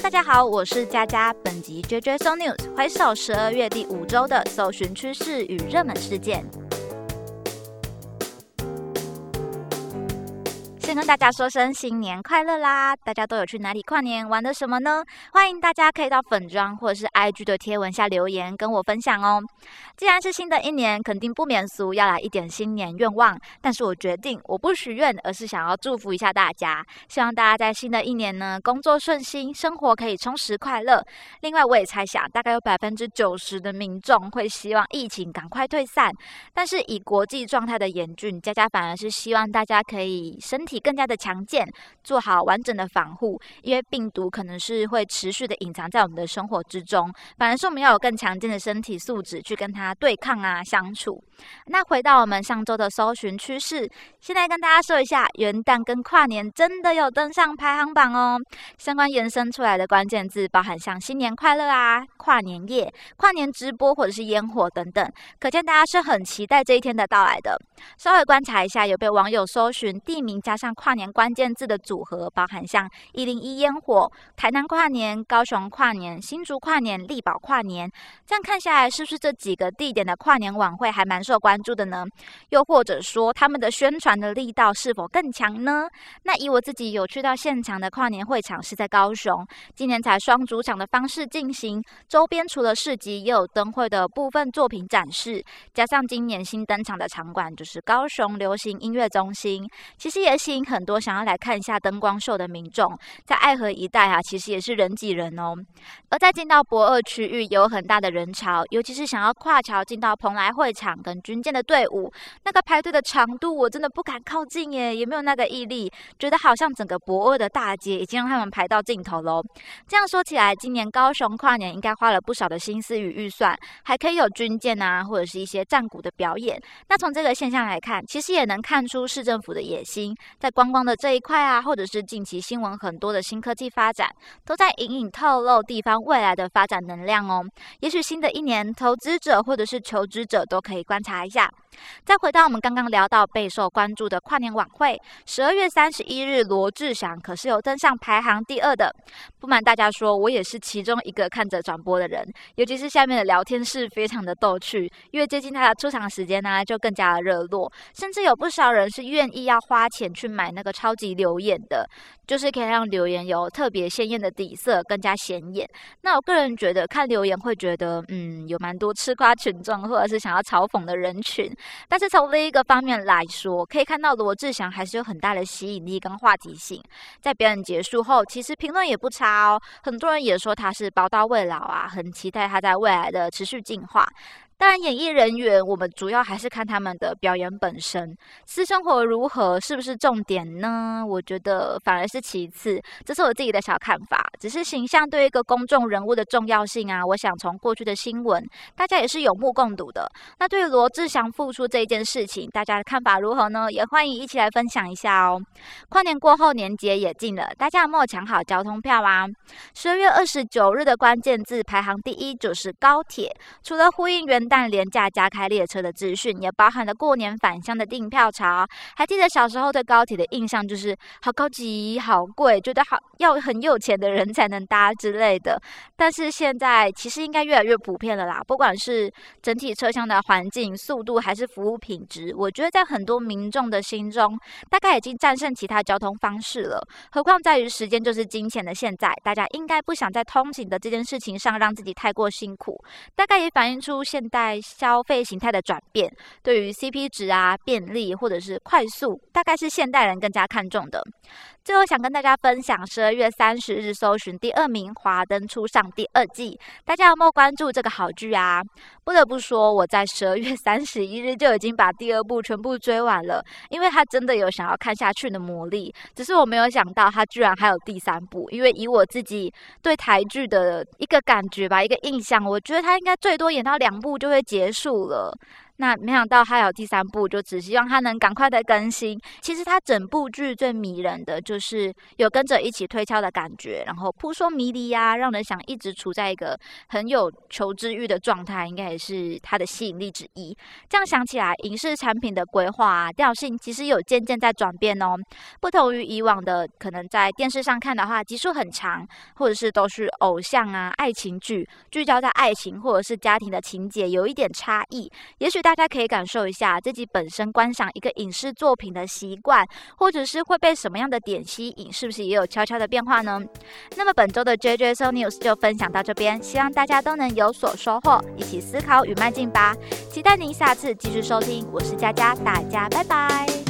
大家好，我是佳佳。本集 JJ So News 回首12月第5周的搜寻趋势与热门事件。先跟大家说声新年快乐啦！大家都有去哪里跨年玩的什么呢？欢迎大家可以到粉专或者是 IG 的贴文下留言跟我分享哦。既然是新的一年，肯定不免俗要来一点新年愿望，但是我决定我不许愿，而是想要祝福一下大家，希望大家在新的一年呢工作顺心，生活可以充实快乐。另外我也猜想大概有90%的民众会希望疫情赶快退散，但是以国际状态的严峻，佳佳反而是希望大家可以身体更加的强健，做好完整的防护，因为病毒可能是会持续的隐藏在我们的生活之中，反而是我们要有更强健的身体素质去跟它对抗啊相处。那回到我们上周的搜寻趋势，现在跟大家说一下，元旦跟跨年真的有登上排行榜哦。相关延伸出来的关键字包含像新年快乐啊、跨年夜、跨年直播或者是烟火等等，可见大家是很期待这一天的到来的。稍微观察一下，有被网友搜寻地名加上跨年关键字的组合，包含像101烟火、台南跨年、高雄跨年、新竹跨年、力宝跨年，这样看下来，是不是这几个地点的跨年晚会还蛮受关注的呢？又或者说他们的宣传的力道是否更强呢？那以我自己有去到现场的跨年会场是在高雄，今年才双主场的方式进行，周边除了市集也有灯会的部分作品展示，加上今年新登场的场馆就是高雄流行音乐中心，其实也吸引很多想要来看一下灯光秀的民众，在爱河一带其实也是人挤人哦。而在进到博二区域也有很大的人潮，尤其是想要跨桥进到蓬莱会场跟军舰的队伍，那个排队的长度我真的不敢靠近耶，也没有那个毅力，觉得好像整个博二的大街已经让他们排到尽头咯。这样说起来，今年高雄跨年应该花了不少的心思与预算，还可以有军舰啊，或者是一些战鼓的表演。那从这个现象来看，其实也能看出市政府的野心，在观光的这一块啊，或者是近期新闻很多的新科技发展，都在隐隐透露地方未来的发展能量哦。也许新的一年，投资者或者是求职者都可以观察一下。再回到我们刚刚聊到备受关注的跨年晚会，12月31日罗志祥可是有登上排行第2的。不瞒大家说，我也是其中一个看着转播的人，尤其是下面的聊天室非常的逗趣，越接近他的出场时间呢，就更加的热络，甚至有不少人是愿意要花钱去买那个超级留言的，就是可以让留言有特别鲜艳的底色，更加显眼。那我个人觉得看留言会觉得有蛮多吃瓜群众或者是想要嘲讽的人群，但是从另一个方面来说，可以看到罗志祥还是有很大的吸引力跟话题性。在表演结束后，其实评论也不差哦，很多人也说他是宝刀未老啊，很期待他在未来的持续进化。当然演艺人员我们主要还是看他们的表演本身，私生活如何是不是重点呢？我觉得反而是其次，这是我自己的小看法。只是形象对一个公众人物的重要性啊，我想从过去的新闻大家也是有目共睹的。那对于罗志祥复出这一件事情，大家的看法如何呢？也欢迎一起来分享一下哦。跨年过后年节也近了，大家有没有抢好交通票啊？12月29日的关键字排行第1就是高铁，除了呼应元旦廉价加开列车的资讯，也包含了过年返乡的订票潮。还记得小时候对高铁的印象就是好高级、好贵，觉得好要很有钱的人才能搭之类的。但是现在其实应该越来越普遍了啦，不管是整体车厢的环境、速度还是服务品质，我觉得在很多民众的心中，大概已经战胜其他交通方式了。何况在于时间就是金钱的现在，大家应该不想在通勤的这件事情上让自己太过辛苦，大概也反映出现代消费形态的转变，对于 CP 值啊、便利或者是快速，大概是现代人更加看重的。最后想跟大家分享12月30日搜寻第2名《华灯初上》第2季，大家有没有关注这个好剧啊？不得不说，我在12月31日就已经把第2部全部追完了，因为它真的有想要看下去的魔力。只是我没有想到它居然还有第3部，因为以我自己对台剧的一个感觉吧，一个印象，我觉得它应该最多演到2部就会结束了。 那没想到还有第3部，就只希望它能赶快的更新。其实它整部剧最迷人的就是有跟着一起推敲的感觉，然后扑朔迷离啊，让人想一直处在一个很有求知欲的状态，应该也是它的吸引力之一。这样想起来，影视产品的规划啊、调性其实有渐渐在转变哦。不同于以往的，可能在电视上看的话，集数很长，或者是都是偶像啊、爱情剧，聚焦在爱情或者是家庭的情节，有一点差异。也许大家可以感受一下自己本身观赏一个影视作品的习惯，或者是会被什么样的点吸引，是不是也有悄悄的变化呢？那么本周的 JJSO News 就分享到这边，希望大家都能有所收获，一起思考与迈进吧。期待您下次继续收听，我是佳佳，大家拜拜。